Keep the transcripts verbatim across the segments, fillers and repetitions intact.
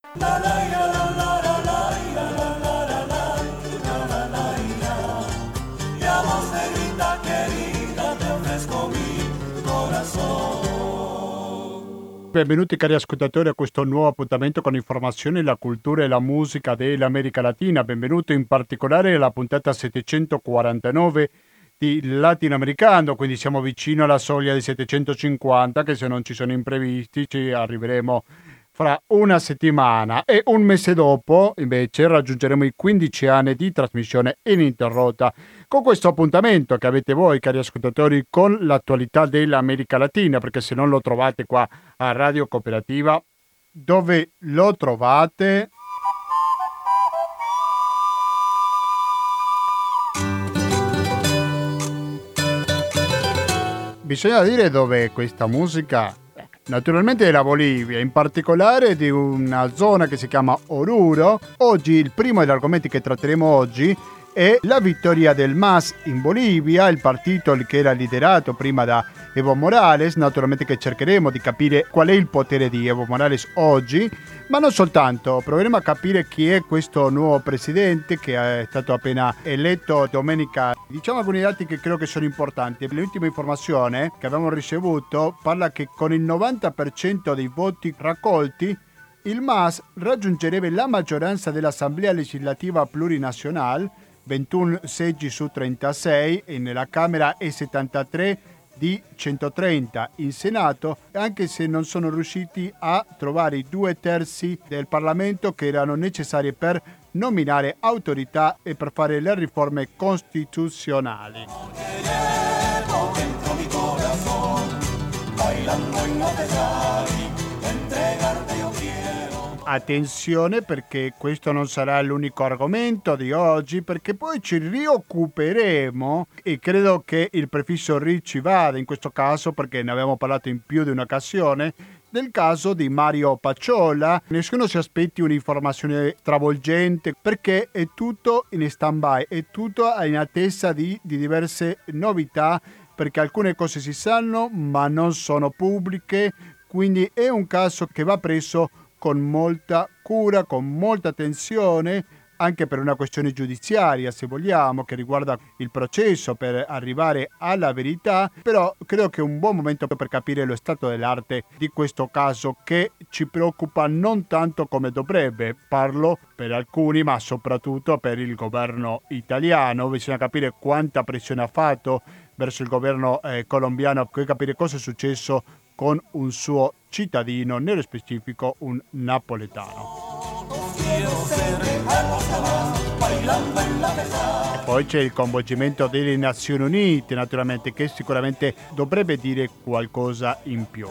Benvenuti cari ascoltatori a questo nuovo appuntamento con informazioni, la cultura e la musica dell'America Latina. Benvenuto in particolare alla puntata settecentoquarantanove di Latinoamericano, quindi siamo vicino alla soglia dei settecentocinquanta, che se non ci sono imprevisti ci arriveremo fra una settimana, e un mese dopo invece raggiungeremo i quindici anni di trasmissione ininterrotta con questo appuntamento che avete voi cari ascoltatori con l'attualità dell'America Latina, perché se non lo trovate qua a Radio Cooperativa, dove lo trovate? Bisogna dire dove questa musica. Naturalmente della Bolivia, in particolare di una zona che si chiama Oruro. Oggi il primo degli argomenti che tratteremo oggi è la vittoria del M A S in Bolivia, il partito che era liderato prima da Evo Morales. Naturalmente che cercheremo di capire qual è il potere di Evo Morales oggi, ma non soltanto, proveremo a capire chi è questo nuovo presidente che è stato appena eletto domenica. Diciamo alcuni dati che credo che sono importanti. L'ultima informazione che abbiamo ricevuto parla che con il novanta per cento dei voti raccolti il M A S raggiungerebbe la maggioranza dell'Assemblea legislativa plurinazionale, ventuno seggi su trentasei, e nella Camera e settantatré di centotrenta in Senato, anche se non sono riusciti a trovare i due terzi del Parlamento che erano necessari per nominare autorità e per fare le riforme costituzionali. Attenzione, perché questo non sarà l'unico argomento di oggi, perché poi ci rioccuperemo, e credo che il prefisso ri ci vada in questo caso perché ne abbiamo parlato in più di un'occasione, del caso di Mario Pacciolla. Nessuno si aspetti un'informazione travolgente perché è tutto in stand-by, è tutto in attesa di, di diverse novità, perché alcune cose si sanno ma non sono pubbliche, quindi è un caso che va preso con molta cura, con molta attenzione, anche per una questione giudiziaria, se vogliamo, che riguarda il processo per arrivare alla verità. Però credo che è un buon momento per capire lo stato dell'arte di questo caso, che ci preoccupa non tanto come dovrebbe. Parlo per alcuni, ma soprattutto per il governo italiano. Bisogna capire quanta pressione ha fatto verso il governo eh, colombiano, per capire cosa è successo con un suo cittadino, nello specifico un napoletano. E poi c'è il coinvolgimento delle Nazioni Unite, naturalmente, che sicuramente dovrebbe dire qualcosa in più.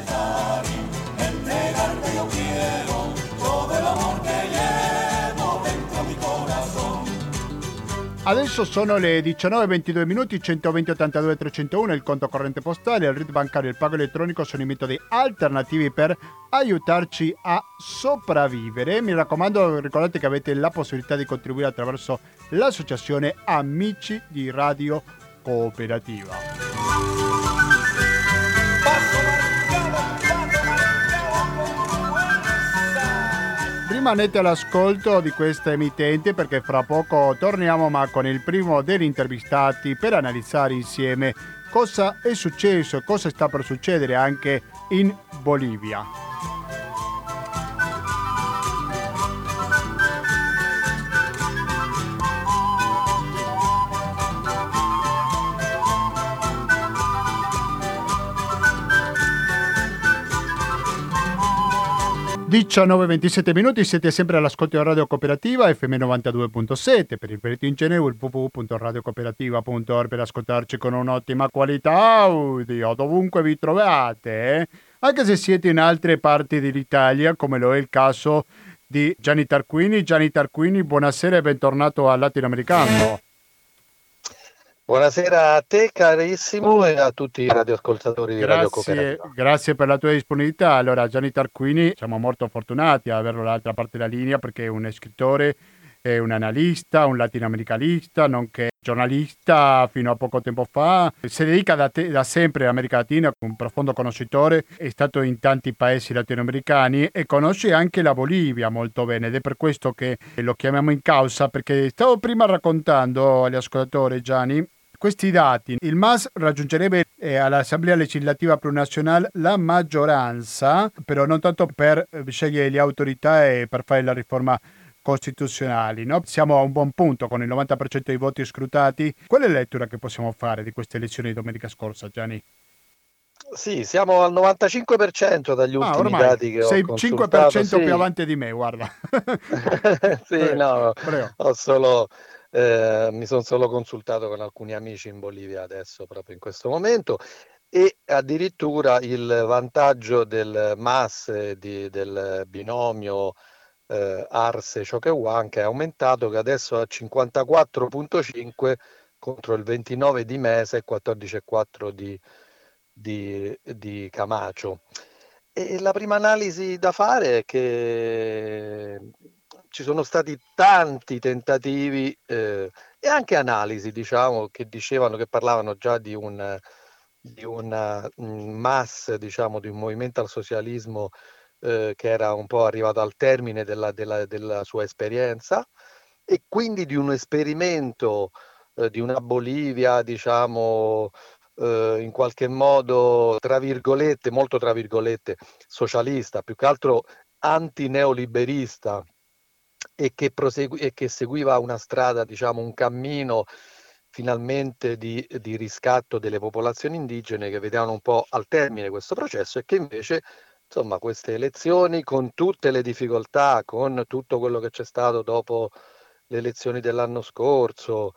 Adesso sono le diciannove e ventidue minuti, centoventi ottantadue trecentouno, il conto corrente postale, il R I D bancario e il pago elettronico sono i metodi alternativi per aiutarci a sopravvivere. Mi raccomando, ricordate che avete la possibilità di contribuire attraverso l'associazione Amici di Radio Cooperativa. Rimanete all'ascolto di questa emittente, perché fra poco torniamo, ma con il primo degli intervistati, per analizzare insieme cosa è successo e cosa sta per succedere anche in Bolivia. diciannove e ventisette minuti, siete sempre all'ascolto di Radio Cooperativa F M novantadue virgola sette, per il perito in genere w w w punto radio cooperativa punto org per ascoltarci con un'ottima qualità audio dovunque vi trovate, eh? Anche se siete in altre parti dell'Italia, come lo è il caso di Gianni Tarquini. Gianni Tarquini, buonasera e bentornato al Latinoamericano. Buonasera a te carissimo e a tutti i radioascoltatori di Radio Cooperativa. Grazie per la tua disponibilità. Allora, Gianni Tarquini, siamo molto fortunati ad averlo dall'altra parte della linea, perché è un scrittore, è un analista, un latinoamericanista, nonché giornalista fino a poco tempo fa. Si dedica da, te- da sempre all'America Latina, un profondo conoscitore, è stato in tanti paesi latinoamericani e conosce anche la Bolivia molto bene ed è per questo che lo chiamiamo in causa, perché stavo prima raccontando agli ascoltatori, Gianni, questi dati. Il M A S raggiungerebbe eh, all'Assemblea legislativa plurinacionale la maggioranza, però non tanto per eh, scegliere le autorità e per fare la riforma costituzionali, no? Siamo a un buon punto con il novanta per cento dei voti scrutati. Qual è la lettura che possiamo fare di queste elezioni di domenica scorsa, Gianni? Sì, siamo al novantacinque per cento dagli Ah, ultimi ormai dati che ho sei cinque per consultato. cento più Sì, avanti di me, guarda. sì, Prego, no, prego. ho solo, eh, mi sono solo consultato con alcuni amici in Bolivia adesso, proprio in questo momento, e addirittura il vantaggio del M A S, e di- del binomio eh, Arce-Choquehuanca che è aumentato, che adesso è a cinquantaquattro virgola cinque contro il ventinove di Mesa e quattordici virgola quattro di, di, di Camacho. E la prima analisi da fare è che ci sono stati tanti tentativi eh, e anche analisi, diciamo, che dicevano, che parlavano già di un di una mass, diciamo, di un movimento al socialismo eh, che era un po' arrivato al termine della, della, della sua esperienza e quindi di un esperimento eh, di una Bolivia, diciamo, eh, in qualche modo, tra virgolette, molto tra virgolette, socialista, più che altro antineoliberista e che, prosegui- e che seguiva una strada, diciamo, un cammino finalmente di, di riscatto delle popolazioni indigene che vedevano un po' al termine questo processo e che invece, insomma, queste elezioni con tutte le difficoltà, con tutto quello che c'è stato dopo le elezioni dell'anno scorso,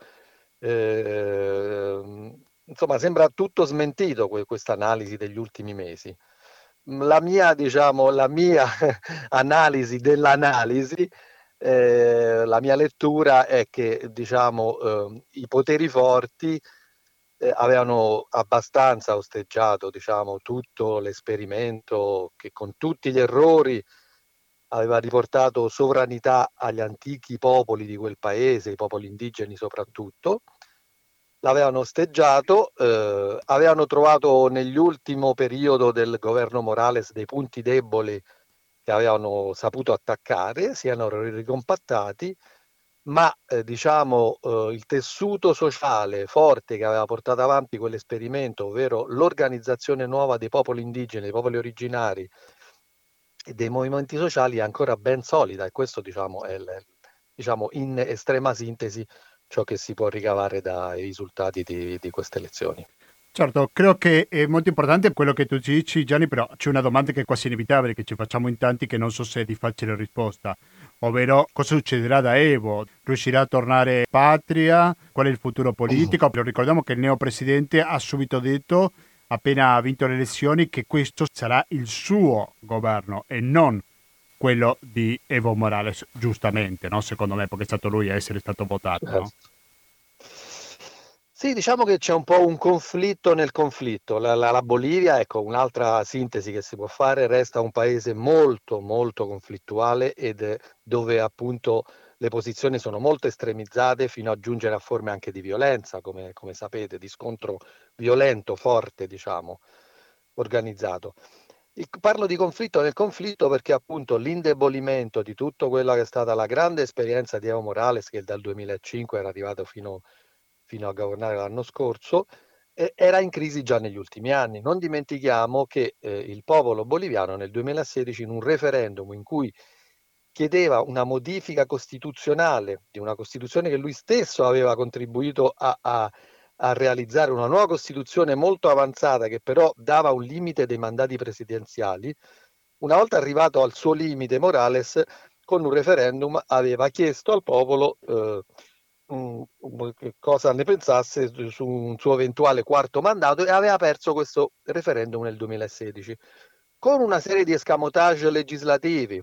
eh, insomma, sembra tutto smentito questa analisi degli ultimi mesi. La mia, diciamo, la mia analisi dell'analisi, eh, la mia lettura è che, diciamo, eh, i poteri forti eh, avevano abbastanza osteggiato, diciamo, tutto l'esperimento che con tutti gli errori aveva riportato sovranità agli antichi popoli di quel paese, i popoli indigeni soprattutto. L'avevano osteggiato, eh, avevano trovato nell'ultimo periodo del governo Morales dei punti deboli che avevano saputo attaccare, si erano ricompattati, ma eh, diciamo eh, il tessuto sociale forte che aveva portato avanti quell'esperimento, ovvero l'organizzazione nuova dei popoli indigeni, dei popoli originari e dei movimenti sociali è ancora ben solida e questo diciamo è il, diciamo, in estrema sintesi ciò che si può ricavare dai risultati di, di queste elezioni. Certo, credo che è molto importante quello che tu dici, Gianni, però c'è una domanda che è quasi inevitabile, che ci facciamo in tanti, che non so se è di facile risposta, ovvero cosa succederà da Evo? Riuscirà a tornare patria? Qual è il futuro politico? Però ricordiamo che il neopresidente ha subito detto, appena ha vinto le elezioni, che questo sarà il suo governo e non quello di Evo Morales, giustamente, no? Secondo me, perché è stato lui a essere stato votato, no? Certo. Sì, diciamo che c'è un po' un conflitto nel conflitto. La, la- la Bolivia, ecco, un'altra sintesi che si può fare, resta un paese molto, molto conflittuale ed è dove appunto le posizioni sono molto estremizzate fino a giungere a forme anche di violenza, come, come sapete, di scontro violento, forte, diciamo, organizzato. Il- parlo di conflitto nel conflitto perché appunto l'indebolimento di tutto quella che è stata la grande esperienza di Evo Morales, che dal duemilacinque era arrivato fino, fino a governare l'anno scorso, eh, era in crisi già negli ultimi anni. Non dimentichiamo che eh, il popolo boliviano nel duemilasedici, in un referendum in cui chiedeva una modifica costituzionale di una Costituzione che lui stesso aveva contribuito a, a a realizzare una nuova Costituzione molto avanzata che però dava un limite dei mandati presidenziali, una volta arrivato al suo limite Morales, con un referendum aveva chiesto al popolo eh, um, um, cosa ne pensasse su un suo eventuale quarto mandato e aveva perso questo referendum nel duemilasedici, con una serie di escamotage legislativi.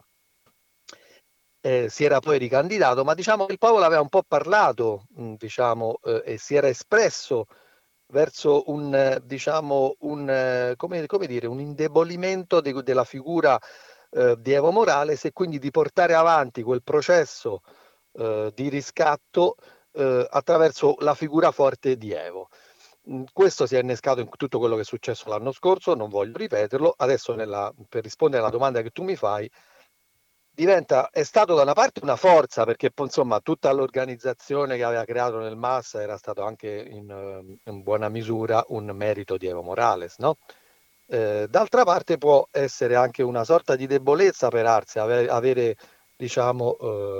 Eh, si era poi ricandidato, ma diciamo che il popolo aveva un po' parlato, mh, diciamo, eh, e si era espresso verso un, eh, diciamo, un, eh, come, come dire, un indebolimento de- della figura eh, di Evo Morales e quindi di portare avanti quel processo eh, di riscatto eh, attraverso la figura forte di Evo. Mm, Questo si è innescato in tutto quello che è successo l'anno scorso, non voglio ripeterlo. Adesso, nella- per rispondere alla domanda che tu mi fai, diventa, è stato da una parte una forza, perché poi, insomma, tutta l'organizzazione che aveva creato nel M A S era stato anche in, eh, in buona misura un merito di Evo Morales, no? Eh, d'altra parte può essere anche una sorta di debolezza per Arce, ave- avere, diciamo, eh,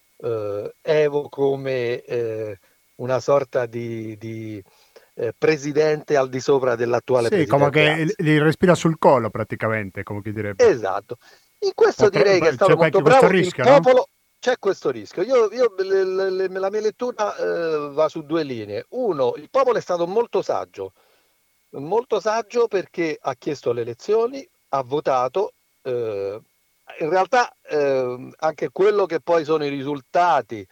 eh, Evo come eh, una sorta di, di, eh, presidente al di sopra dell'attuale Sì, come presidente che Arce. gli respira sul collo praticamente, come chi direbbe. Esatto. In questo Ma pre- direi che è c'è stato molto qualche- questo bravo. Il rischio, no? popolo, c'è questo rischio. Io, io- le- le- le- la mia lettura eh, va su due linee. Uno, il popolo è stato molto saggio, molto saggio perché ha chiesto le elezioni, ha votato. eh, In realtà eh, anche quello che poi sono i risultati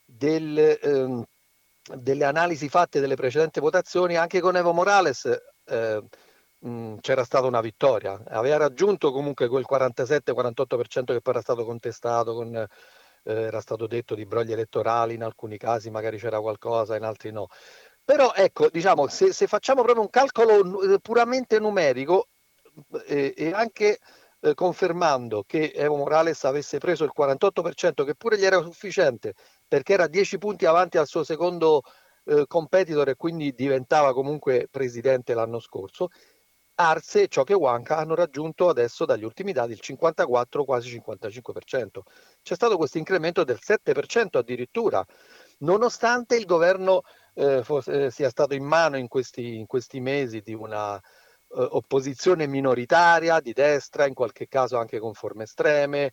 del, ehm, delle analisi fatte delle precedenti votazioni, anche con Evo Morales eh, mh, c'era stata una vittoria. Aveva raggiunto comunque quel quarantasette quarantotto per cento che poi era stato contestato, con, eh, era stato detto di brogli elettorali, in alcuni casi magari c'era qualcosa, in altri no. Però ecco, diciamo, se, se facciamo proprio un calcolo eh, puramente numerico eh, e anche eh, confermando che Evo Morales avesse preso il quarantotto per cento, che pure gli era sufficiente perché era dieci punti avanti al suo secondo eh, competitor e quindi diventava comunque presidente l'anno scorso, Arce e Choquehuanca hanno raggiunto adesso dagli ultimi dati il cinquantaquattro, quasi cinquantacinque per cento. C'è stato questo incremento del sette per cento addirittura, nonostante il governo eh, fosse, eh, sia stato in mano in questi, in questi mesi di una eh, opposizione minoritaria di destra, in qualche caso anche con forme estreme,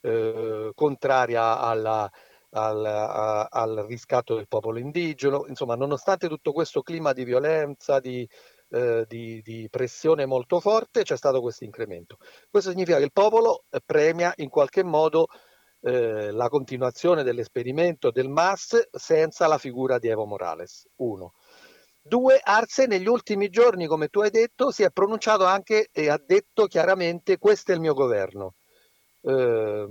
eh, contraria alla, al, a, al riscatto del popolo indigeno. Insomma, nonostante tutto questo clima di violenza, di, eh, di, di pressione molto forte, c'è stato questo incremento. Questo significa che il popolo eh, premia in qualche modo eh, la continuazione dell'esperimento del M A S senza la figura di Evo Morales. Uno. Due, Arce negli ultimi giorni, come tu hai detto, si è pronunciato anche e ha detto chiaramente questo è il mio governo. Eh,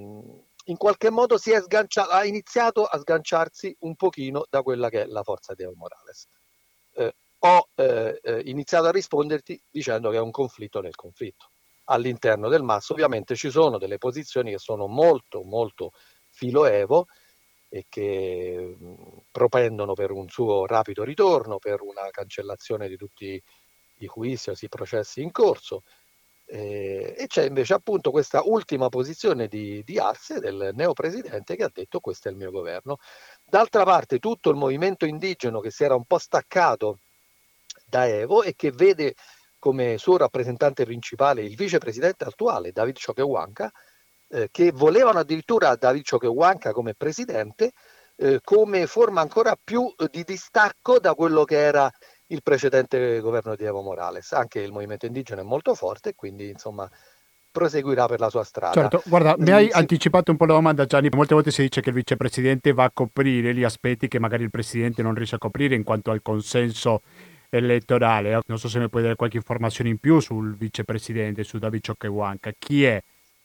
in qualche modo si è sganciato, ha iniziato a sganciarsi un pochino da quella che è la forza di Evo Morales. Eh, ho eh, eh, iniziato a risponderti dicendo che è un conflitto nel conflitto. All'interno del M A S ovviamente ci sono delle posizioni che sono molto molto filoevo e che mh, propendono per un suo rapido ritorno, per una cancellazione di tutti i juizi, i processi in corso. Eh, e c'è invece appunto questa ultima posizione di, di Arce, del neopresidente, che ha detto questo è il mio governo. D'altra parte tutto il movimento indigeno che si era un po' staccato da Evo e che vede come suo rappresentante principale il vicepresidente attuale, David Choquehuanca, eh, che volevano addirittura David Choquehuanca come presidente, eh, come forma ancora più eh, di distacco da quello che era il precedente governo di Evo Morales. Anche il movimento indigeno è molto forte e quindi insomma proseguirà per la sua strada. Certo, guarda, mi Mm, hai sì. anticipato un po' la domanda, Gianni. Molte volte si dice che il vicepresidente va a coprire gli aspetti che magari il presidente non riesce a coprire in quanto al consenso elettorale. Non so se mi puoi dare qualche informazione in più sul vicepresidente, su David Choquehuanca. Chi è?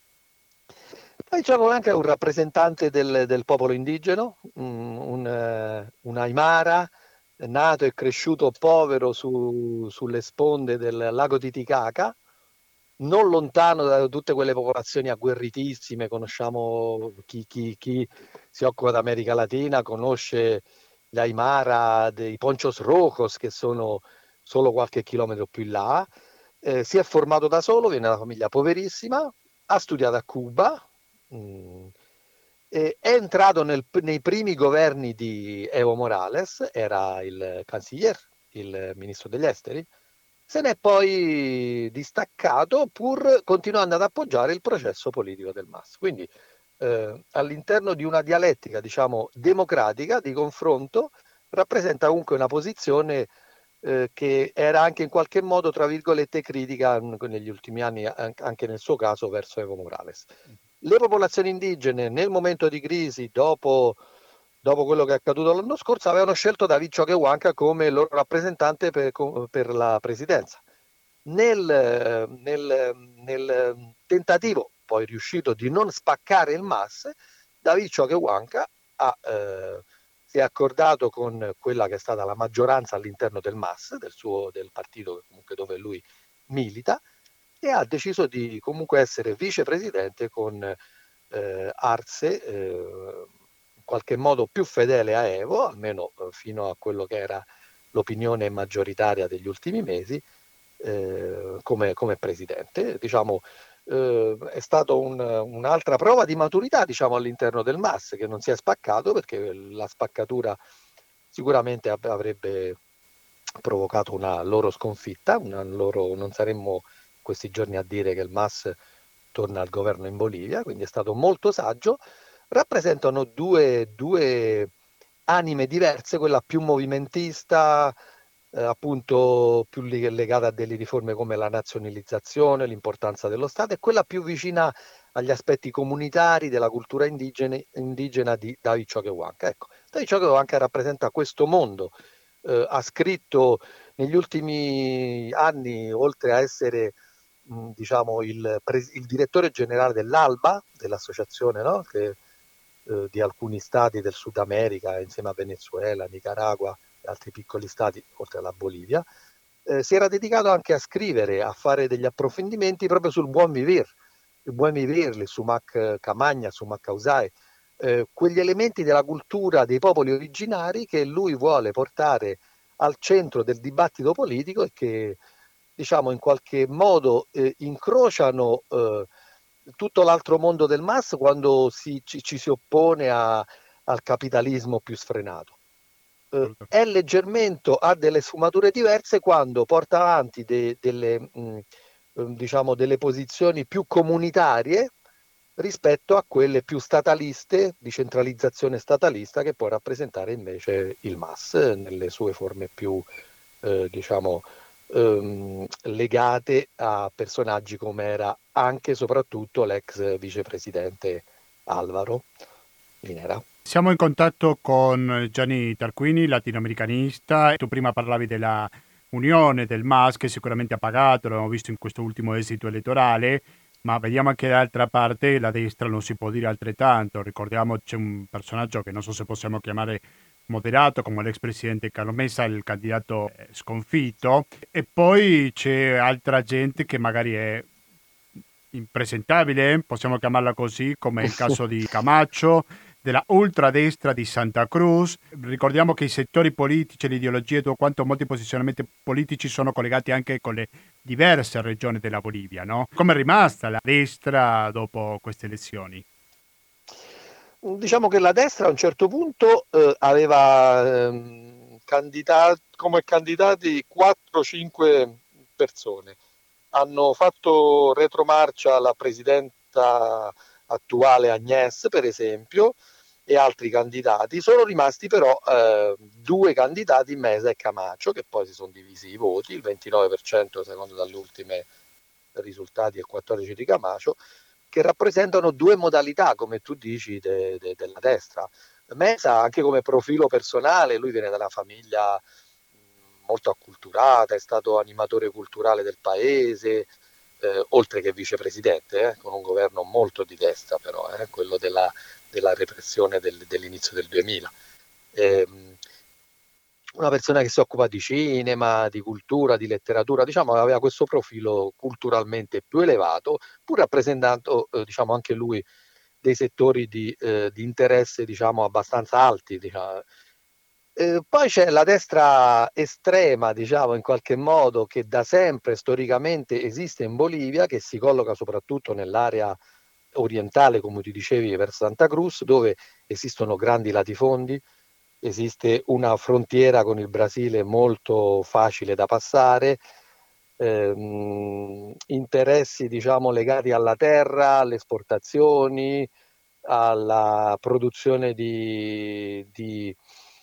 Poi c'è anche un rappresentante del, del popolo indigeno, un, un, eh, un Aymara, nato e cresciuto povero su- sulle sponde del lago Titicaca, non lontano da tutte quelle popolazioni agguerritissime. Conosciamo chi, chi- chi si occupa d'America Latina, conosce gli Aymara dei Ponchos Rojos, che sono solo qualche chilometro più in là. Eh, si è formato da solo, viene da una famiglia poverissima, ha studiato a Cuba, mh, e è entrato nel- nei primi governi di Evo Morales, era il canciller, il ministro degli esteri, se n'è poi distaccato pur continuando ad appoggiare il processo politico del M A S. Quindi eh, all'interno di una dialettica, diciamo, democratica di confronto, rappresenta comunque una posizione eh, che era anche in qualche modo, tra virgolette, critica mh, negli ultimi anni, anche nel suo caso, verso Evo Morales. Le popolazioni indigene nel momento di crisi, dopo, dopo quello che è accaduto l'anno scorso, avevano scelto David Choquehuanca come loro rappresentante per, per la presidenza. Nel, nel, nel tentativo, poi riuscito, di non spaccare il M A S, David Choquehuanca ha, eh, si è accordato con quella che è stata la maggioranza all'interno del M A S, del, suo, del partito comunque dove lui milita, e ha deciso di comunque essere vicepresidente con eh, Arce, eh, in qualche modo più fedele a Evo, almeno eh, fino a quello che era l'opinione maggioritaria degli ultimi mesi, eh, come, come presidente. Diciamo, eh, è stata un, un'altra prova di maturità, diciamo, all'interno del M A S, che non si è spaccato, perché la spaccatura sicuramente avrebbe provocato una loro sconfitta, una loro, non saremmo questi giorni a dire che il M A S torna al governo in Bolivia, quindi è stato molto saggio. Rappresentano due, due anime diverse, quella più movimentista, eh, appunto più legata a delle riforme come la nazionalizzazione, l'importanza dello Stato, e quella più vicina agli aspetti comunitari della cultura indigene, indigena di David Choquehuanca. Ecco, David Choquehuanca rappresenta questo mondo. Eh, ha scritto negli ultimi anni, oltre a essere mh, diciamo il, pres- il direttore generale dell'ALBA, dell'associazione, no? che, eh, di alcuni stati del Sud America, insieme a Venezuela, Nicaragua e altri piccoli stati, oltre alla Bolivia, eh, si era dedicato anche a scrivere, a fare degli approfondimenti proprio sul buon vivir, il buon vivir, il sumac Camagna, sumac Causai, eh, quegli elementi della cultura dei popoli originari che lui vuole portare al centro del dibattito politico e che, diciamo, in qualche modo eh, incrociano eh, tutto l'altro mondo del M A S quando si, ci, ci si oppone a, al capitalismo più sfrenato. Eh, è leggermente, ha delle sfumature diverse quando porta avanti de, delle, mh, diciamo, delle posizioni più comunitarie rispetto a quelle più stataliste, di centralizzazione statalista, che può rappresentare invece il M A S nelle sue forme più, eh, diciamo, ehm, legate a personaggi come era anche e soprattutto l'ex vicepresidente Alvaro Linera. Siamo in contatto con Gianni Tarquini, latinoamericanista. Tu prima parlavi della unione del M A S che sicuramente ha pagato, l'abbiamo visto in questo ultimo esito elettorale, ma vediamo anche dall'altra parte la destra non si può dire altrettanto. Ricordiamo c'è un personaggio che non so se possiamo chiamare moderato come l'ex presidente Carlo Messa, il candidato sconfitto, e poi c'è altra gente che magari è impresentabile, possiamo chiamarla così, come il caso di Camacho, della ultradestra di Santa Cruz. Ricordiamo che i settori politici, le ideologie e tutto quanto, molti posizionamenti politici sono collegati anche con le diverse regioni della Bolivia, no? Come è rimasta la destra dopo queste elezioni? Diciamo che la destra a un certo punto eh, aveva ehm, candidat- come candidati quattro cinque persone. Hanno fatto retromarcia la presidenta attuale Agnès, per esempio, e altri candidati. Sono rimasti però eh, due candidati, Mesa e Camacho, che poi si sono divisi i voti, il ventinove per cento secondo dalle ultime risultati e il quattordici per cento di Camacho, che rappresentano due modalità, come tu dici, de, de, della destra. Mesa, anche come profilo personale, lui viene da una famiglia molto acculturata, è stato animatore culturale del paese, eh, oltre che vicepresidente, eh, con un governo molto di destra però, eh, quello della, della repressione del, dell'inizio del duemila. Eh, una persona che si occupa di cinema, di cultura, di letteratura, diciamo aveva questo profilo culturalmente più elevato, pur rappresentando eh, diciamo anche lui dei settori di, eh, di interesse diciamo abbastanza alti. Diciamo. Eh, poi c'è la destra estrema, diciamo in qualche modo, che da sempre storicamente esiste in Bolivia, che si colloca soprattutto nell'area orientale, come ti dicevi, verso Santa Cruz, dove esistono grandi latifondi, esiste una frontiera con il Brasile molto facile da passare, ehm, interessi diciamo legati alla terra, alle esportazioni, alla produzione di, di,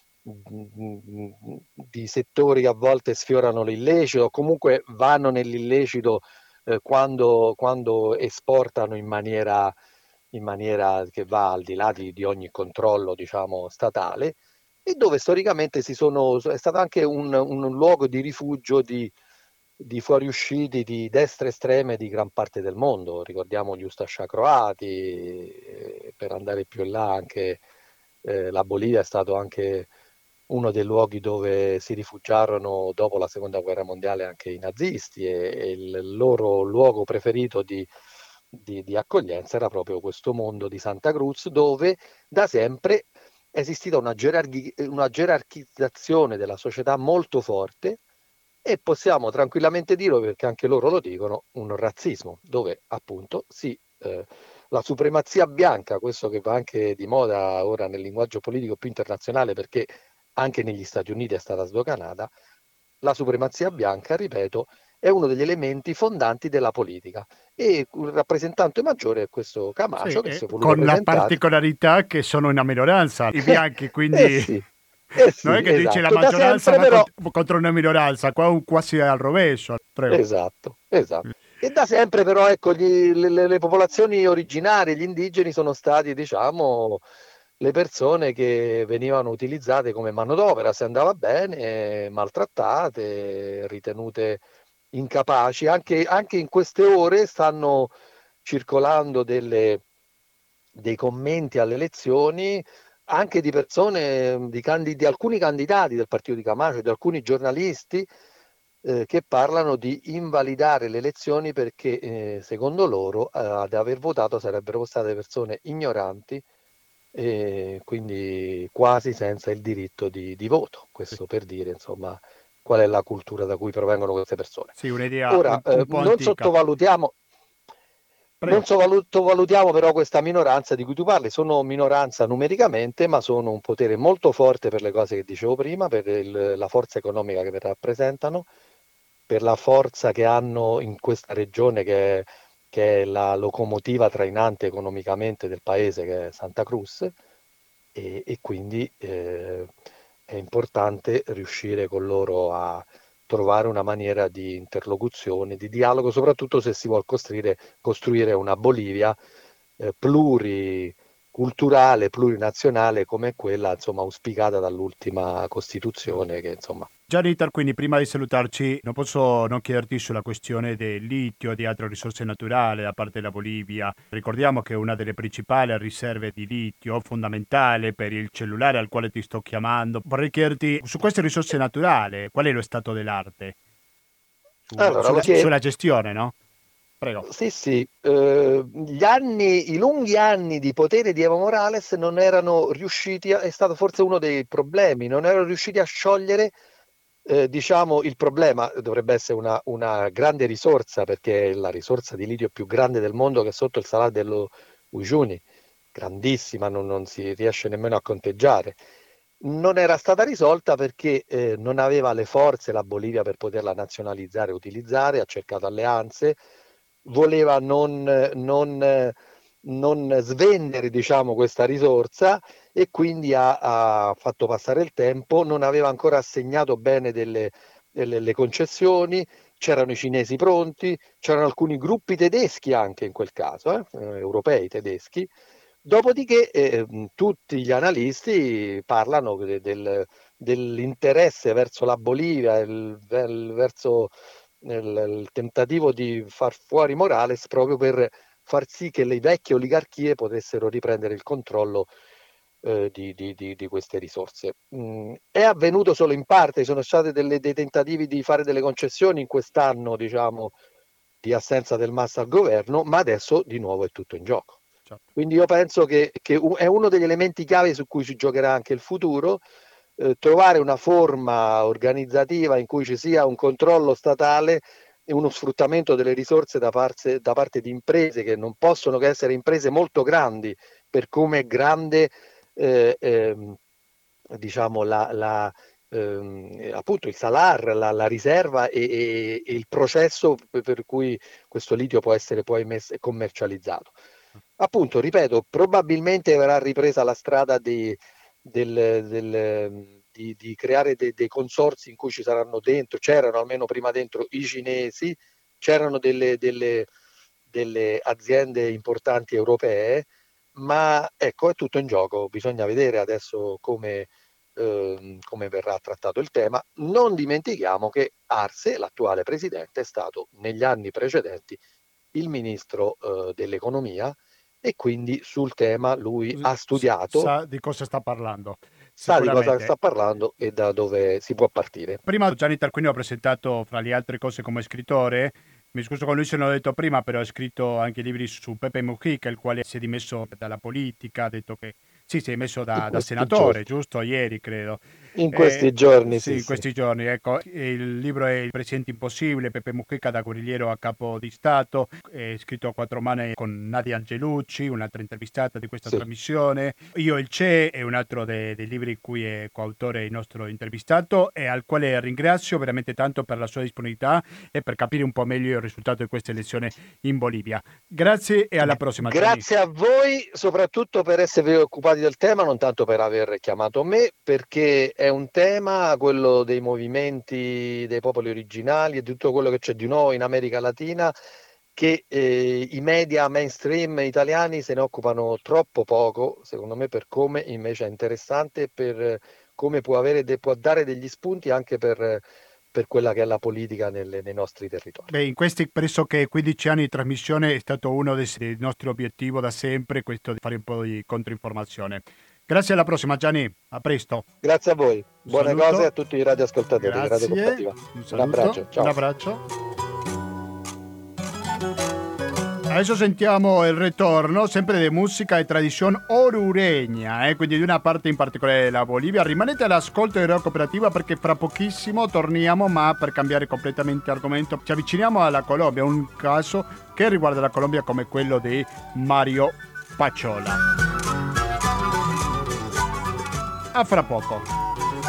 di settori che a volte sfiorano l'illecito o comunque vanno nell'illecito eh, quando, quando esportano in maniera, in maniera che va al di là di, di ogni controllo diciamo, statale, e dove storicamente si sono, è stato anche un, un luogo di rifugio di, di fuoriusciti di destre estreme di gran parte del mondo. Ricordiamo gli Ustascia croati, eh, per andare più in là anche Eh, la Bolivia è stato anche uno dei luoghi dove si rifugiarono dopo la seconda guerra mondiale anche i nazisti e, e il loro luogo preferito di, di- di accoglienza era proprio questo mondo di Santa Cruz, dove da sempre è esistita una, gerarchi- una gerarchizzazione della società molto forte e possiamo tranquillamente dirlo, perché anche loro lo dicono, un razzismo, dove appunto sì, eh, la supremazia bianca, questo che va anche di moda ora nel linguaggio politico più internazionale, perché anche negli Stati Uniti è stata sdoganata, la supremazia bianca, ripeto, è uno degli elementi fondanti della politica. E un rappresentante maggiore è questo Sì, Camacho che eh, si è voluto con la presentare. particolarità che sono una minoranza, i bianchi, Eh quindi sì, eh non è sì, che tu dici la esatto. Da maggioranza sempre va però. cont- contro una minoranza, qua un quasi al rovescio, prego. Esatto, esatto. E da sempre però ecco, gli- le, le- le popolazioni originarie, gli indigeni sono stati, diciamo, le persone che venivano utilizzate come manodopera, se andava bene, maltrattate, ritenute incapaci. Anche, anche in queste ore stanno circolando delle- dei commenti alle elezioni anche di persone, di, candid- di alcuni candidati del partito di Camacho, di alcuni giornalisti eh, che parlano di invalidare le elezioni perché eh, secondo loro eh, ad aver votato sarebbero state persone ignoranti e quindi quasi senza il diritto di, di voto. Sì, Questo per dire, insomma, qual è la cultura da cui provengono queste persone. sì, un'idea Ora, un, eh, un po' non antica. sottovalutiamo, non Prego. sottovalutiamo però questa minoranza di cui tu parli, sono minoranza numericamente, ma sono un potere molto forte per le cose che dicevo prima, per il- la forza economica che rappresentano, per la forza che hanno in questa regione che è, che è la locomotiva trainante economicamente del paese, che è Santa Cruz, e, e quindi eh, è importante riuscire con loro a trovare una maniera di interlocuzione, di dialogo, soprattutto se si vuole costruire, costruire una Bolivia eh, pluriculturale, plurinazionale come quella insomma auspicata dall'ultima Costituzione che insomma. Gianita, quindi prima di salutarci, non posso non chiederti sulla questione del litio e di altre risorse naturali da parte della Bolivia. Ricordiamo che una delle principali riserve di litio, fondamentale per il cellulare al quale ti sto chiamando. Vorrei chiederti su queste risorse naturali, qual è lo stato dell'arte? Su- Allora, lo sulla, chiedo. sulla gestione, no? Prego. Sì, sì, eh, gli anni, i lunghi anni di potere di Evo Morales non erano riusciti, a- è stato forse uno dei problemi, non erano riusciti a sciogliere, eh, diciamo, il problema. Dovrebbe essere una, una grande risorsa, perché è la risorsa di litio più grande del mondo che è sotto il Salar dello Uyuni, grandissima, non, non si riesce nemmeno a conteggiare. Non era stata risolta perché eh, non aveva le forze la Bolivia per poterla nazionalizzare e utilizzare, ha cercato alleanze, voleva non, non, non svendere, diciamo, questa risorsa e quindi ha, ha fatto passare il tempo, non aveva ancora assegnato bene delle, delle le concessioni, c'erano i cinesi pronti, c'erano alcuni gruppi tedeschi anche in quel caso, eh, eh, europei tedeschi. Dopodiché eh, tutti gli analisti parlano de- del, dell'interesse verso la Bolivia, il, il- verso il, il tentativo di far fuori Morales proprio per far sì che le vecchie oligarchie potessero riprendere il controllo eh, di, di- di- di queste risorse. Mm, è avvenuto solo in parte, ci sono stati delle- dei tentativi di fare delle concessioni in quest'anno, diciamo, di assenza del MAS al governo, ma adesso di nuovo è tutto in gioco. Certo. Quindi io penso che, che u- è uno degli elementi chiave su cui si giocherà anche il futuro, eh, trovare una forma organizzativa in cui ci sia un controllo statale e uno sfruttamento delle risorse da parte, da parte di imprese che non possono che essere imprese molto grandi per come è grande eh, ehm, diciamo la, la, ehm, appunto il salar, la, la riserva e, e- e il processo per, per cui questo litio può essere poi messo, commercializzato. Appunto, ripeto, probabilmente verrà ripresa la strada di, del, del, di, di creare de, dei consorzi in cui ci saranno dentro, c'erano almeno prima dentro i cinesi, c'erano delle, delle, delle aziende importanti europee, ma ecco, è tutto in gioco, bisogna vedere adesso come, ehm, come verrà trattato il tema. Non dimentichiamo che Arce, l'attuale presidente, è stato negli anni precedenti il ministro eh, dell'economia e quindi sul tema lui ha S- studiato, sa di cosa sta parlando, sa di cosa sta sicuramente. parlando e da dove si può partire. Prima Gianni Tarquinio ho presentato, fra le altre cose, come scrittore. Mi scuso con lui se non l'ho detto prima, però ha scritto anche libri su Pepe Mujica, il quale si è dimesso dalla politica, ha detto che sì, si è dimesso In da, da questi senatore, giorni, giusto? Ieri, credo. in Eh, questi giorni, sì, sì, in sì. questi giorni, ecco. Il libro è Il Presidente Impossibile, Pepe Mujica da guerrigliero a capo di Stato, è scritto a quattro mani con Nadia Angelucci, un'altra intervistata di questa Sì. trasmissione. Io il Che è un altro dei, dei libri in cui è coautore il nostro intervistato e al quale ringrazio veramente tanto per la sua disponibilità e per capire un po' meglio il risultato di questa elezione in Bolivia. Grazie e alla prossima, Gianni. Grazie a voi soprattutto per esservi occupati del tema, non tanto per aver chiamato me, perché è un tema, quello dei movimenti dei popoli originali e di tutto quello che c'è di nuovo in America Latina, che eh, i media mainstream italiani se ne occupano troppo poco, secondo me, per come invece è interessante e per come può avere, de- può dare degli spunti anche per, per quella che è la politica nelle- nei nostri territori. Beh, in questi pressoché quindici anni di trasmissione è stato uno dei, dei nostri obiettivi da sempre, questo di fare un po' di controinformazione. Grazie, alla prossima, Gianni. A presto. Grazie a voi, Un buone cose a saluto. tutti i radioascoltatori di Radio Grazie. Cooperativa. Un Un abbraccio, saluto. Un ciao. abbraccio. Adesso sentiamo il ritorno sempre di musica e tradizione oruregna, eh? Quindi di una parte in particolare della Bolivia. Rimanete all'ascolto di Radio Cooperativa perché fra pochissimo torniamo, ma per cambiare completamente argomento ci avviciniamo alla Colombia, un caso che riguarda la Colombia come quello di Mario Pacciola. A fra poco.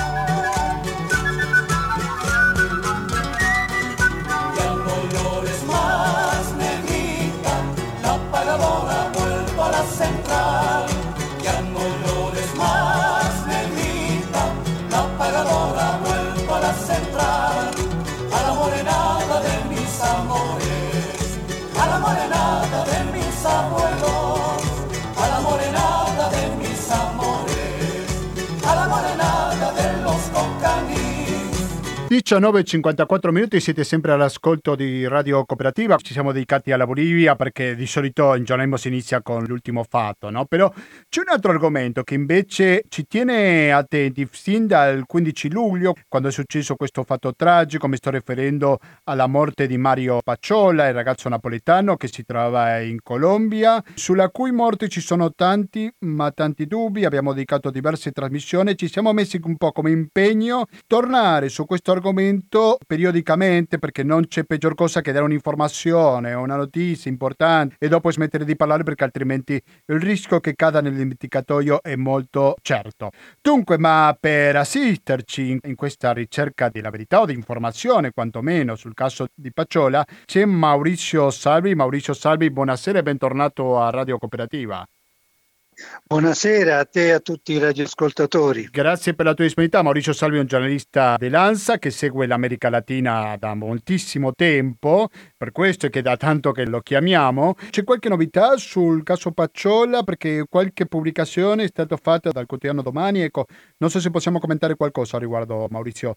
Central, ya no llores más, negrita, la pagadora vuelvo a la central, a la morenada de mis amores, a la morenada de mis abuelos, a la morenada de mis amores, a la morenada de los concaní. diciannove e cinquantaquattro minuti, siete sempre all'ascolto di Radio Cooperativa. Ci siamo dedicati alla Bolivia perché di solito in giornalismo si inizia con l'ultimo fatto, no? Però c'è un altro argomento che invece ci tiene attenti sin dal quindici luglio, quando è successo questo fatto tragico. Mi sto riferendo alla morte di Mario Pacciola, il ragazzo napoletano che si trova in Colombia, sulla cui morte ci sono tanti, ma tanti dubbi. Abbiamo dedicato diverse trasmissioni, ci siamo messi un po' come impegno tornare su questo argomento periodicamente, perché non c'è peggior cosa che dare un'informazione o una notizia importante e dopo smettere di parlare, perché altrimenti il rischio che cada nel dimenticatoio è molto certo. Dunque, ma per assisterci in, in questa ricerca della verità o di informazione quantomeno sul caso di Pacciola c'è Maurizio Salvi. Maurizio Salvi, buonasera e bentornato a Radio Cooperativa. Buonasera a te e a tutti i radioascoltatori. Grazie per la tua disponibilità. Maurizio Salvi è un giornalista dell'ANSA che segue l'America Latina da moltissimo tempo, per questo è che da tanto che lo chiamiamo. C'è qualche novità sul caso Pacciola? Perché qualche pubblicazione è stata fatta dal quotidiano Domani. Ecco, non so se possiamo commentare qualcosa a riguardo, Maurizio.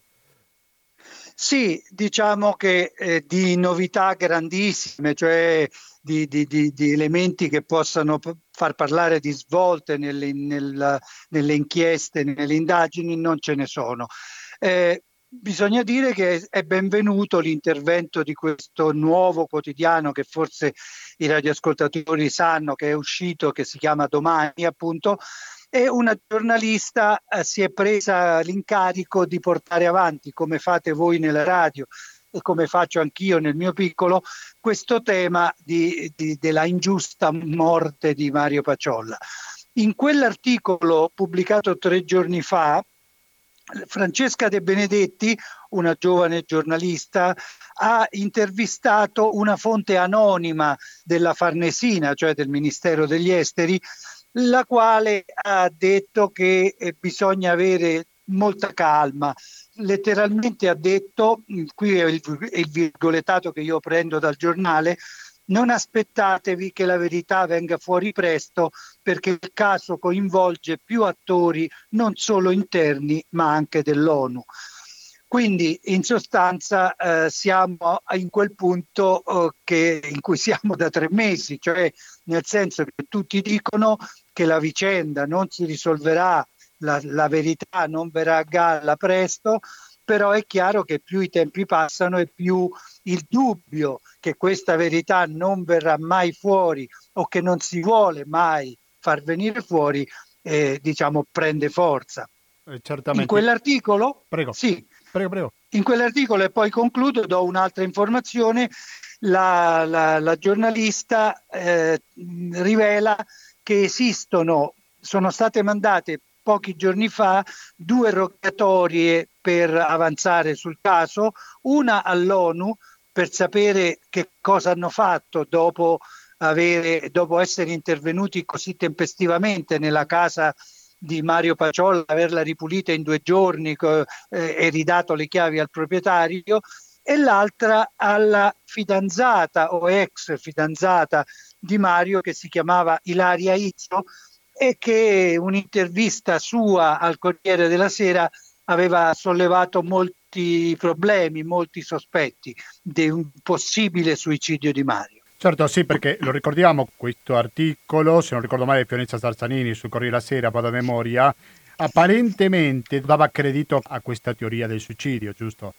Sì, diciamo che eh, di novità grandissime, cioè di, di, di, di elementi che possano p- far parlare di svolte nelle, nel, nelle inchieste, nelle indagini, non ce ne sono. Eh, bisogna dire che è benvenuto l'intervento di questo nuovo quotidiano che forse i radioascoltatori sanno che è uscito, che si chiama Domani, appunto. E una giornalista eh, si è presa l'incarico di portare avanti, come fate voi nella radio e come faccio anch'io nel mio piccolo, questo tema di, di, della ingiusta morte di Mario Pacciola. In quell'articolo pubblicato tre giorni fa, Francesca De Benedetti, una giovane giornalista, ha intervistato una fonte anonima della Farnesina, cioè del Ministero degli Esteri, la quale ha detto che eh, bisogna avere molta calma. Letteralmente ha detto, qui è il, è il virgolettato che io prendo dal giornale: non aspettatevi che la verità venga fuori presto, perché il caso coinvolge più attori non solo interni ma anche dell'ONU. Quindi in sostanza eh, siamo in quel punto eh, che, in cui siamo da tre mesi, cioè nel senso che tutti dicono che la vicenda non si risolverà, la, la verità non verrà a galla presto, però è chiaro che più i tempi passano e più il dubbio che questa verità non verrà mai fuori o che non si vuole mai far venire fuori, eh, diciamo, prende forza. Eh, In certamente. quell'articolo, Prego, sì, prego, prego. in quell'articolo, e poi concludo, do un'altra informazione, la, la, la giornalista eh, rivela che esistono, sono state mandate pochi giorni fa due rogatorie per avanzare sul caso, una all'ONU per sapere che cosa hanno fatto dopo, avere, dopo essere intervenuti così tempestivamente nella casa di Mario Paciolla, averla ripulita in due giorni eh, e ridato le chiavi al proprietario, e l'altra alla fidanzata o ex fidanzata di Mario, che si chiamava Ilaria Izzo, e che un'intervista sua al Corriere della Sera aveva sollevato molti problemi, molti sospetti di un possibile suicidio di Mario. Certo, sì, perché lo ricordiamo, questo articolo, se non ricordo male, Fiorenza Sarzanini sul Corriere della Sera, vado a memoria, apparentemente dava credito a questa teoria del suicidio, giusto?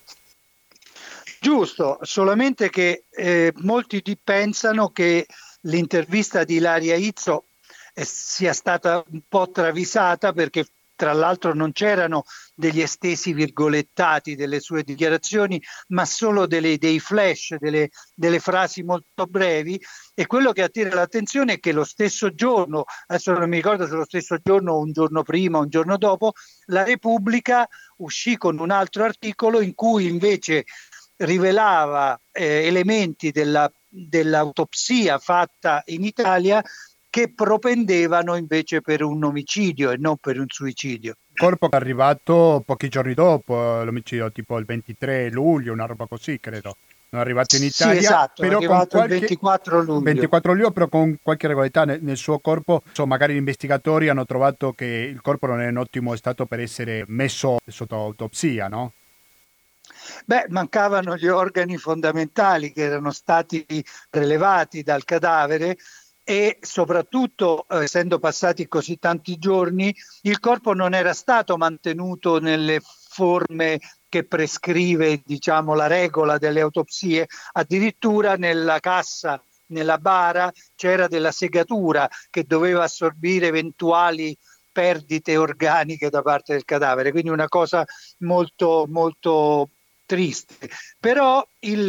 Giusto, solamente che eh, molti di pensano che l'intervista di Ilaria Izzo eh, sia stata un po' travisata, perché tra l'altro non c'erano degli estesi virgolettati delle sue dichiarazioni, ma solo delle, dei flash, delle, delle frasi molto brevi, e quello che attira l'attenzione è che lo stesso giorno, adesso non mi ricordo se lo stesso giorno o un giorno prima o un giorno dopo, la Repubblica uscì con un altro articolo in cui invece rivelava eh, elementi della, dell'autopsia fatta in Italia che propendevano invece per un omicidio e non per un suicidio. Il corpo è arrivato pochi giorni dopo l'omicidio, tipo il ventitré luglio, una roba così, credo. Non è arrivato in Italia, sì, esatto, però è arrivato con qualche... il ventiquattro luglio. ventiquattro luglio, però con qualche regolarità nel, nel suo corpo. Insomma, magari gli investigatori hanno trovato che il corpo non è in ottimo stato per essere messo sotto autopsia, no? Beh, mancavano gli organi fondamentali che erano stati prelevati dal cadavere, e soprattutto, eh, essendo passati così tanti giorni, il corpo non era stato mantenuto nelle forme che prescrive, diciamo, la regola delle autopsie. Addirittura nella cassa, nella bara, c'era della segatura che doveva assorbire eventuali perdite organiche da parte del cadavere, quindi una cosa molto molto triste. Però il,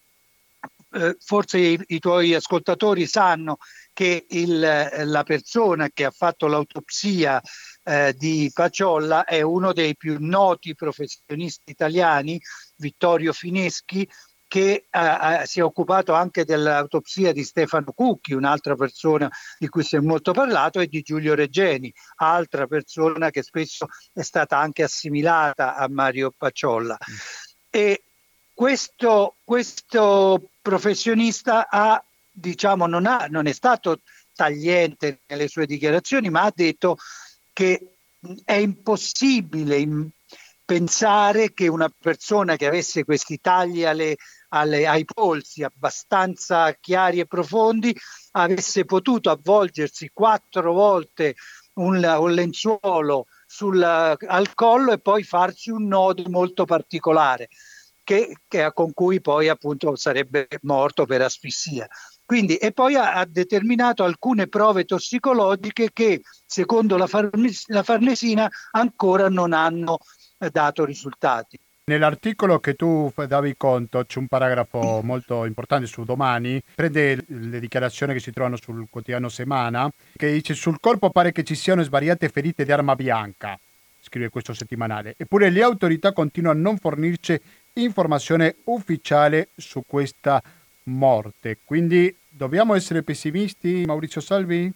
eh, forse i, i tuoi ascoltatori sanno che il, la persona che ha fatto l'autopsia eh, di Paciolla è uno dei più noti professionisti italiani, Vittorio Fineschi, che eh, si è occupato anche dell'autopsia di Stefano Cucchi, un'altra persona di cui si è molto parlato, e di Giulio Regeni, altra persona che spesso è stata anche assimilata a Mario Paciolla. Mm. E questo, questo professionista ha, diciamo, non, ha, non è stato tagliente nelle sue dichiarazioni, ma ha detto che è impossibile in, pensare che una persona che avesse questi tagli alle, alle, ai polsi abbastanza chiari e profondi avesse potuto avvolgersi quattro volte un, un lenzuolo sul, al collo e poi farsi un nodo molto particolare che, che, con cui poi appunto sarebbe morto per asfissia. Quindi, e poi ha, ha determinato alcune prove tossicologiche che secondo la, farnes- la Farnesina ancora non hanno dato risultati. Nell'articolo che tu davi conto c'è un paragrafo molto importante su Domani, prende le dichiarazioni che si trovano sul quotidiano Semana, che dice: sul corpo pare che ci siano svariate ferite di arma bianca, scrive questo settimanale, eppure le autorità continuano a non fornirci informazione ufficiale su questa morte. Quindi dobbiamo essere pessimisti, Maurizio Salvi?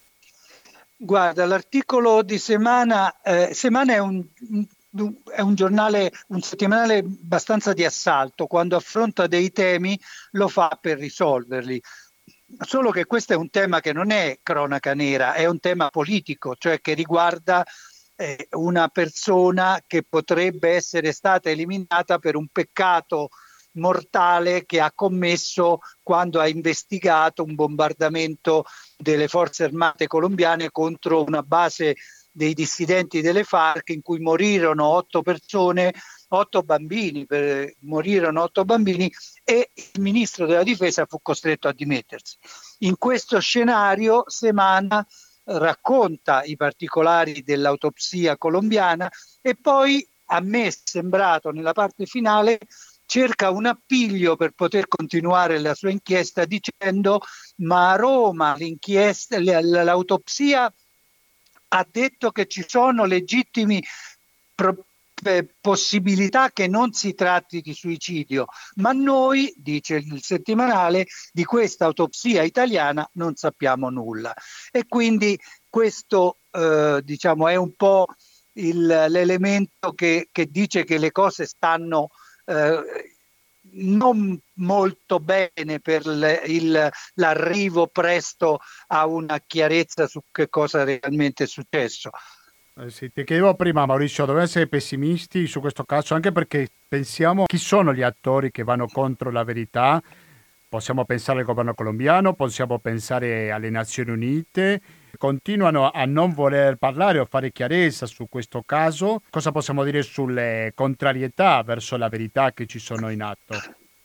Guarda, l'articolo di Semana, eh, Semana è un, è un giornale, un settimanale abbastanza di assalto. Quando affronta dei temi lo fa per risolverli. Solo che questo è un tema che non è cronaca nera, è un tema politico, cioè che riguarda eh, una persona che potrebbe essere stata eliminata per un peccato mortale che ha commesso quando ha investigato un bombardamento delle forze armate colombiane contro una base dei dissidenti delle FARC in cui morirono otto persone, otto bambini, per, morirono otto bambini e il ministro della difesa fu costretto a dimettersi. In questo scenario Semana racconta i particolari dell'autopsia colombiana e poi, a me è sembrato nella parte finale, cerca un appiglio per poter continuare la sua inchiesta dicendo: ma a Roma l'inchiesta, l'autopsia ha detto che ci sono legittimi pro- eh, possibilità che non si tratti di suicidio, ma noi, dice il settimanale, di questa autopsia italiana non sappiamo nulla. E quindi questo eh, diciamo è un po' il, l'elemento che, che dice che le cose stanno eh, non molto bene per il, il, l'arrivo presto a una chiarezza su che cosa realmente è successo. Eh sì, ti chiedevo prima, Maurizio, dobbiamo essere pessimisti su questo caso, anche perché pensiamo chi sono gli attori che vanno contro la verità. Possiamo pensare al governo colombiano, possiamo pensare alle Nazioni Unite. Continuano a non voler parlare o fare chiarezza su questo caso. Cosa possiamo dire sulle contrarietà verso la verità che ci sono in atto?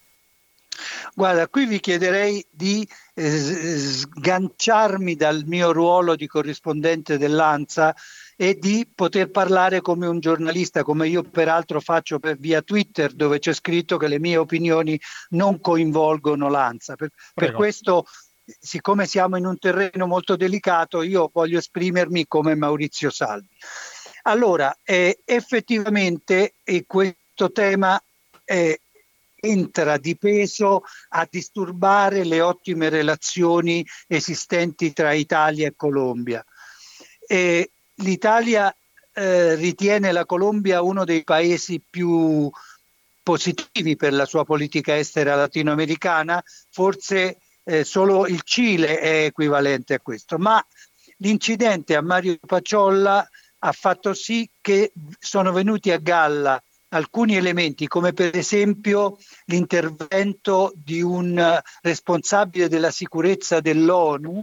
Guarda, qui vi chiederei di eh, sganciarmi dal mio ruolo di corrispondente dell'ANSA e di poter parlare come un giornalista, come io peraltro faccio per via Twitter, dove c'è scritto che le mie opinioni non coinvolgono l'ANSA. Per, per questo, siccome siamo in un terreno molto delicato, io voglio esprimermi come Maurizio Salvi. Allora, eh, effettivamente eh, questo tema è entra di peso a disturbare le ottime relazioni esistenti tra Italia e Colombia. E l'Italia eh, ritiene la Colombia uno dei paesi più positivi per la sua politica estera latinoamericana, forse eh, solo il Cile è equivalente a questo, ma l'incidente a Mario Paciolla ha fatto sì che sono venuti a galla alcuni elementi, come per esempio l'intervento di un responsabile della sicurezza dell'ONU,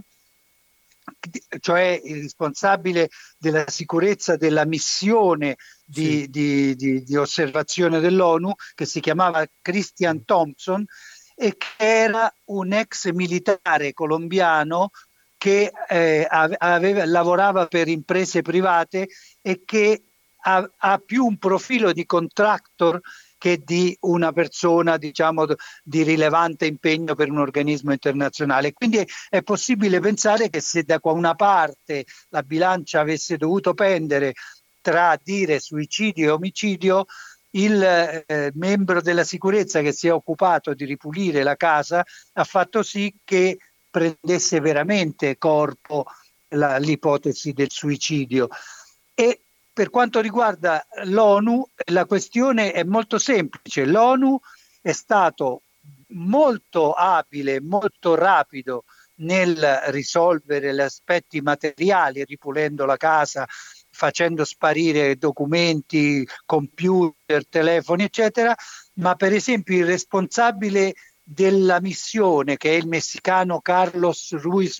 cioè il responsabile della sicurezza della missione di, sì. di, di, di osservazione dell'ONU, che si chiamava Christian Thompson e che era un ex militare colombiano che eh, aveva, lavorava per imprese private e che ha, ha più un profilo di contractor che di una persona, diciamo, di rilevante impegno per un organismo internazionale. Quindi è, è possibile pensare che se da una parte la bilancia avesse dovuto pendere tra dire suicidio e omicidio, il eh, membro della sicurezza che si è occupato di ripulire la casa ha fatto sì che prendesse veramente corpo la, l'ipotesi del suicidio. E per quanto riguarda l'ONU, la questione è molto semplice. L'ONU è stato molto abile, molto rapido nel risolvere gli aspetti materiali, ripulendo la casa, facendo sparire documenti, computer, telefoni, eccetera, ma per esempio il responsabile della missione, che è il messicano Carlos Ruiz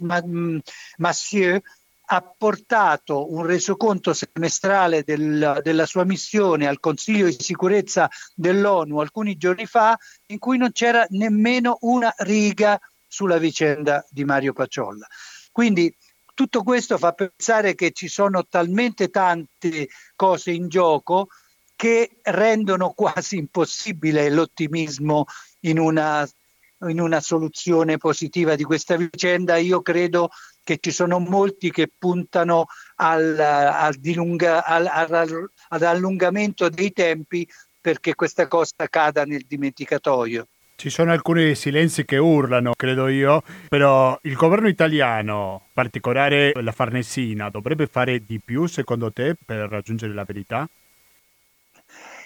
Massieu, ha portato un resoconto semestrale del, della sua missione al Consiglio di sicurezza dell'ONU alcuni giorni fa, in cui non c'era nemmeno una riga sulla vicenda di Mario Paciolla. Quindi tutto questo fa pensare che ci sono talmente tante cose in gioco che rendono quasi impossibile l'ottimismo in una, in una soluzione positiva di questa vicenda. Io credo che ci sono molti che puntano al, al dilunga, al, al, ad allungamento dei tempi perché questa cosa cada nel dimenticatoio. Ci sono alcuni silenzi che urlano, credo io, però il governo italiano, in particolare la Farnesina, dovrebbe fare di più secondo te per raggiungere la verità?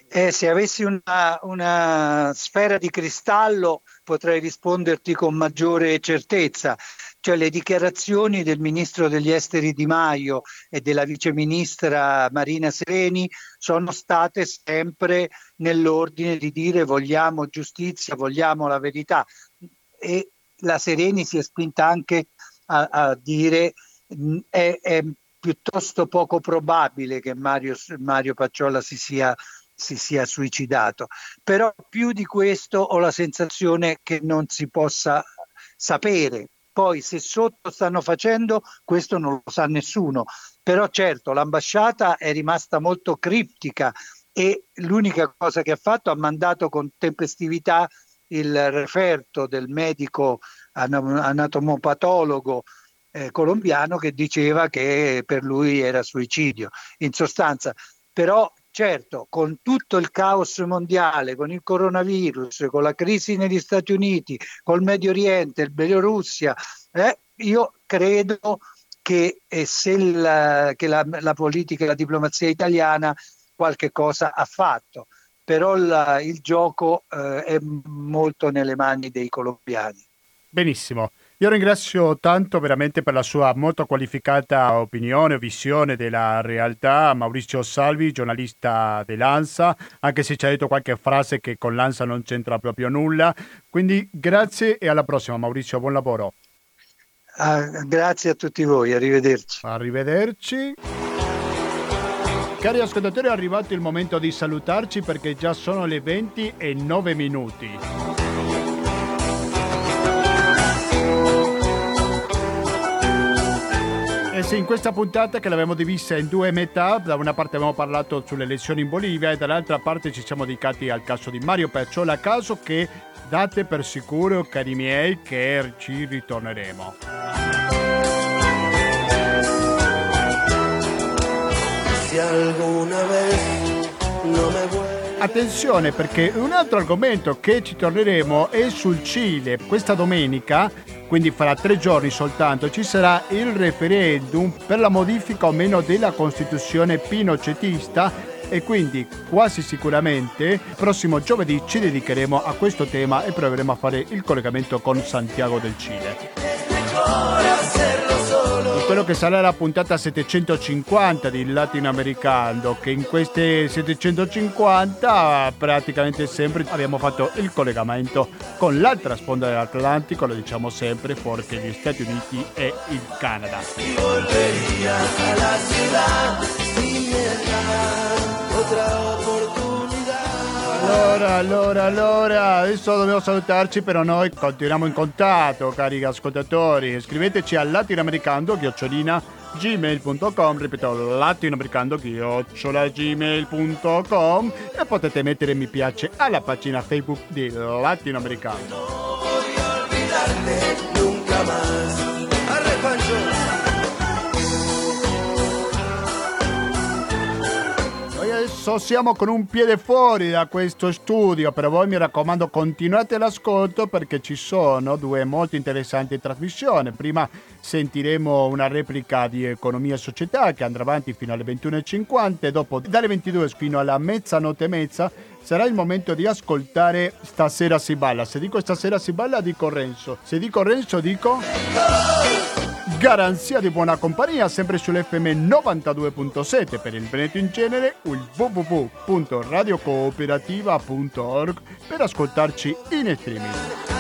Eh, se avessi una, una sfera di cristallo potrei risponderti con maggiore certezza. Cioè, le dichiarazioni del ministro degli esteri Di Maio e della viceministra Marina Sereni sono state sempre nell'ordine di dire vogliamo giustizia, vogliamo la verità, e la Sereni si è spinta anche a, a dire mh, è, è piuttosto poco probabile che Mario, Mario Pacciolla si sia si sia suicidato, però più di questo ho la sensazione che non si possa sapere. Poi se sotto stanno facendo, questo non lo sa nessuno, però certo l'ambasciata è rimasta molto criptica e l'unica cosa che ha fatto, ha mandato con tempestività il referto del medico anatomopatologo eh, colombiano che diceva che per lui era suicidio. In sostanza, però certo, con tutto il caos mondiale, con il coronavirus, con la crisi negli Stati Uniti, col Medio Oriente, il Bielorussia, eh, io credo che, eh, se la, che la, la politica e la diplomazia italiana qualche cosa ha fatto, però la, il gioco eh, è molto nelle mani dei colombiani. Benissimo. Io ringrazio tanto veramente per la sua molto qualificata opinione o visione della realtà Maurizio Salvi, giornalista dell'ANSA, anche se ci ha detto qualche frase che con l'ANSA non c'entra proprio nulla. Quindi grazie e alla prossima Maurizio, buon lavoro. Ah, grazie a tutti voi, arrivederci. Arrivederci. Cari ascoltatori, è arrivato il momento di salutarci perché già sono le venti e nove minuti. Eh sì, in questa puntata che l'abbiamo divisa in due metà, da una parte abbiamo parlato sulle elezioni in Bolivia e dall'altra parte ci siamo dedicati al caso di Mario Pacciolla, caso che date per sicuro, cari miei, che ci ritorneremo. Si alguna vez no me vuelve. Attenzione, perché un altro argomento che ci torneremo è sul Cile. Questa domenica, quindi fra tre giorni soltanto, ci sarà il referendum per la modifica o meno della Costituzione pinochetista e quindi quasi sicuramente il prossimo giovedì ci dedicheremo a questo tema e proveremo a fare il collegamento con Santiago del Cile. In quello che sarà la puntata settecentocinquanta di Latinoamericano, che in queste settecentocinquanta praticamente sempre abbiamo fatto il collegamento con l'altra sponda dell'Atlantico, lo diciamo sempre, fuori gli Stati Uniti e il Canada. Allora, allora, allora, adesso dobbiamo salutarci, però noi continuiamo in contatto, cari ascoltatori. Scriveteci a latinoamericando chiocciolina gmail punto com, ripeto, latinoamericando chiocciola gmail punto com, e potete mettere mi piace alla pagina Facebook di Latinoamericano. Adesso siamo con un piede fuori da questo studio, per voi mi raccomando continuate l'ascolto perché ci sono due molto interessanti trasmissioni. Prima sentiremo una replica di Economia e Società che andrà avanti fino alle ventuno e cinquanta e dopo dalle ventidue fino alla mezzanotte e mezza sarà il momento di ascoltare Stasera si balla. Se dico stasera si balla dico Renzo, se dico Renzo dico garanzia di buona compagnia, sempre sull'F M novantadue virgola sette per il Veneto in genere, o il w w w punto radio cooperativa punto org per ascoltarci in streaming.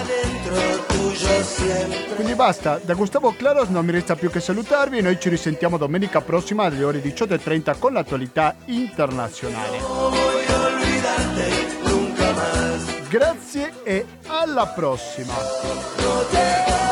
Quindi basta, da Gustavo Claros non mi resta più che salutarvi e noi ci risentiamo domenica prossima alle ore diciotto e trenta con l'attualità internazionale. Grazie e alla prossima!